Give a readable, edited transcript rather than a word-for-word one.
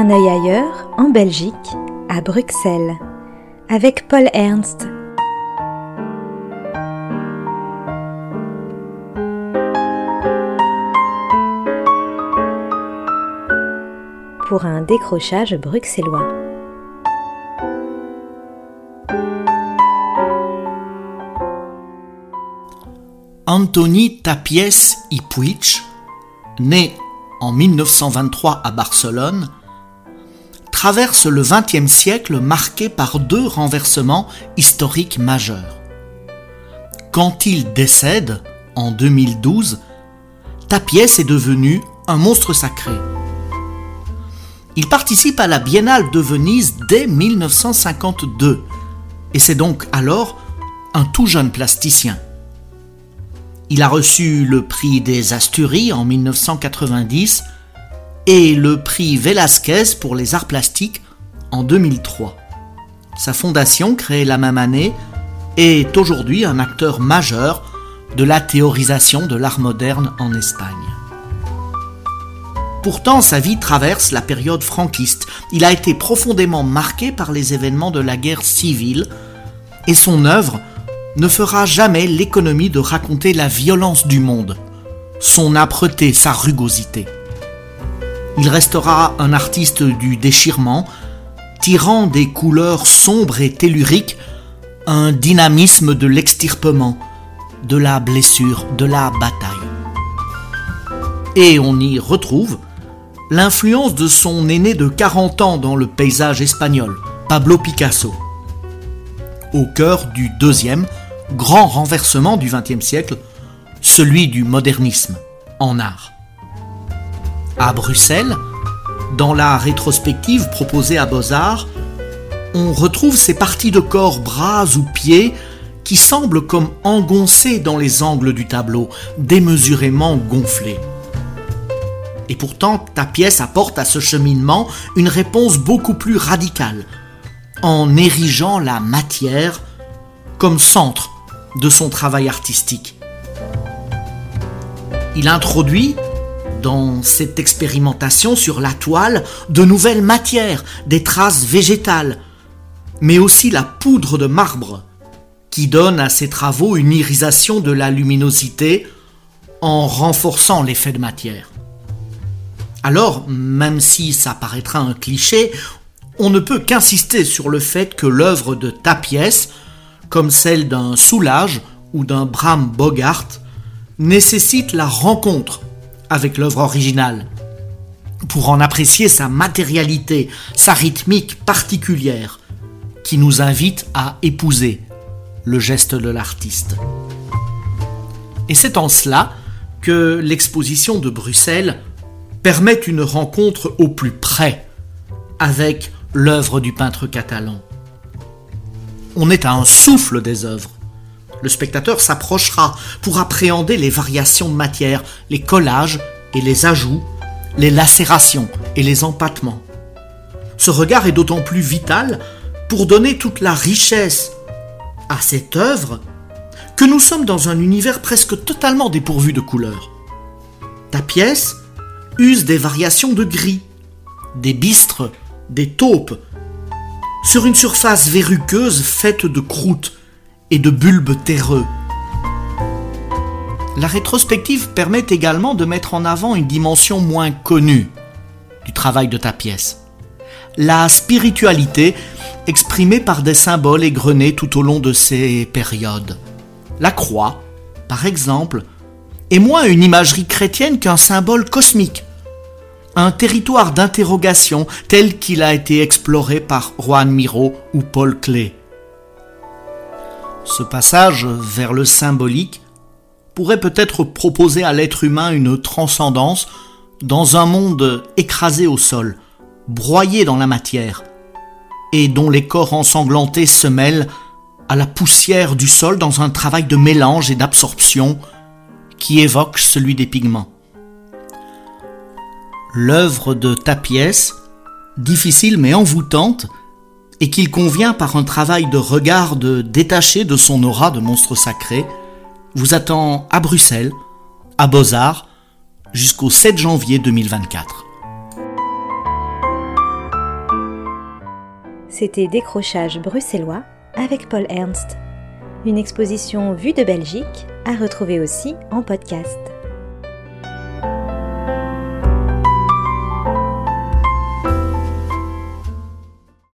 un œil ailleurs, en Belgique, à Bruxelles, avec Paul Ernst. Pour un décrochage bruxellois. Antoni Tapies i Puig, né en 1923 à Barcelone, traverse le XXe siècle marqué par deux renversements historiques majeurs. Quand il décède, en 2012, Tapies est devenu un monstre sacré. Il participe à la Biennale de Venise dès 1952 et c'est donc alors un tout jeune plasticien. Il a reçu le prix des Asturies en 1990 et le prix Velázquez pour les arts plastiques en 2003. Sa fondation, créée la même année, est aujourd'hui un acteur majeur de la théorisation de l'art moderne en Espagne. Pourtant, sa vie traverse la période franquiste. Il a été profondément marqué par les événements de la guerre civile et son œuvre ne fera jamais l'économie de raconter la violence du monde, son âpreté, sa rugosité. Il restera un artiste du déchirement, tirant des couleurs sombres et telluriques un dynamisme de l'extirpement, de la blessure, de la bataille. Et on y retrouve l'influence de son aîné de 40 ans dans le paysage espagnol, Pablo Picasso, au cœur du deuxième grand renversement du XXe siècle, celui du modernisme en art. À Bruxelles, dans la rétrospective proposée à Beaux-Arts, on retrouve ces parties de corps, bras ou pieds qui semblent comme engoncées dans les angles du tableau, démesurément gonflées. Et pourtant, Tapies apporte à ce cheminement une réponse beaucoup plus radicale, en érigeant la matière comme centre de son travail artistique. Il introduit dans cette expérimentation sur la toile de nouvelles matières, des traces végétales, mais aussi la poudre de marbre qui donne à ses travaux une irisation de la luminosité en renforçant l'effet de matière. Alors, même si ça paraîtra un cliché, on ne peut qu'insister sur le fait que l'œuvre de Tapies, comme celle d'un Soulages ou d'un Bram Bogart, nécessite la rencontre avec l'œuvre originale pour en apprécier sa matérialité, sa rythmique particulière, qui nous invite à épouser le geste de l'artiste. Et c'est en cela que l'exposition de Bruxelles permet une rencontre au plus près avec l'œuvre du peintre catalan. On est à un souffle des œuvres. Le spectateur s'approchera pour appréhender les variations de matière, les collages et les ajouts, les lacérations et les empâtements. Ce regard est d'autant plus vital pour donner toute la richesse à cette œuvre que nous sommes dans un univers presque totalement dépourvu de couleurs. Tapies use des variations de gris, des bistres, des taupes, sur une surface verruqueuse faite de croûtes et de bulbes terreux. La rétrospective permet également de mettre en avant une dimension moins connue du travail de Tapies. La spiritualité exprimée par des symboles égrenés tout au long de ces périodes. La croix, par exemple, est moins une imagerie chrétienne qu'un symbole cosmique, un territoire d'interrogation tel qu'il a été exploré par Joan Miró ou Paul Klee. Ce passage vers le symbolique pourrait peut-être proposer à l'être humain une transcendance dans un monde écrasé au sol, broyé dans la matière, et dont les corps ensanglantés se mêlent à la poussière du sol dans un travail de mélange et d'absorption qui évoque celui des pigments. L'œuvre de Tapies, difficile mais envoûtante, et qu'il convient par un travail de regard de détacher de son aura de monstre sacré, vous attend à Bruxelles, à Beaux-Arts, jusqu'au 7 janvier 2024. C'était Décrochage bruxellois avec Paul Ernst. Une exposition vue de Belgique à retrouver aussi en podcast.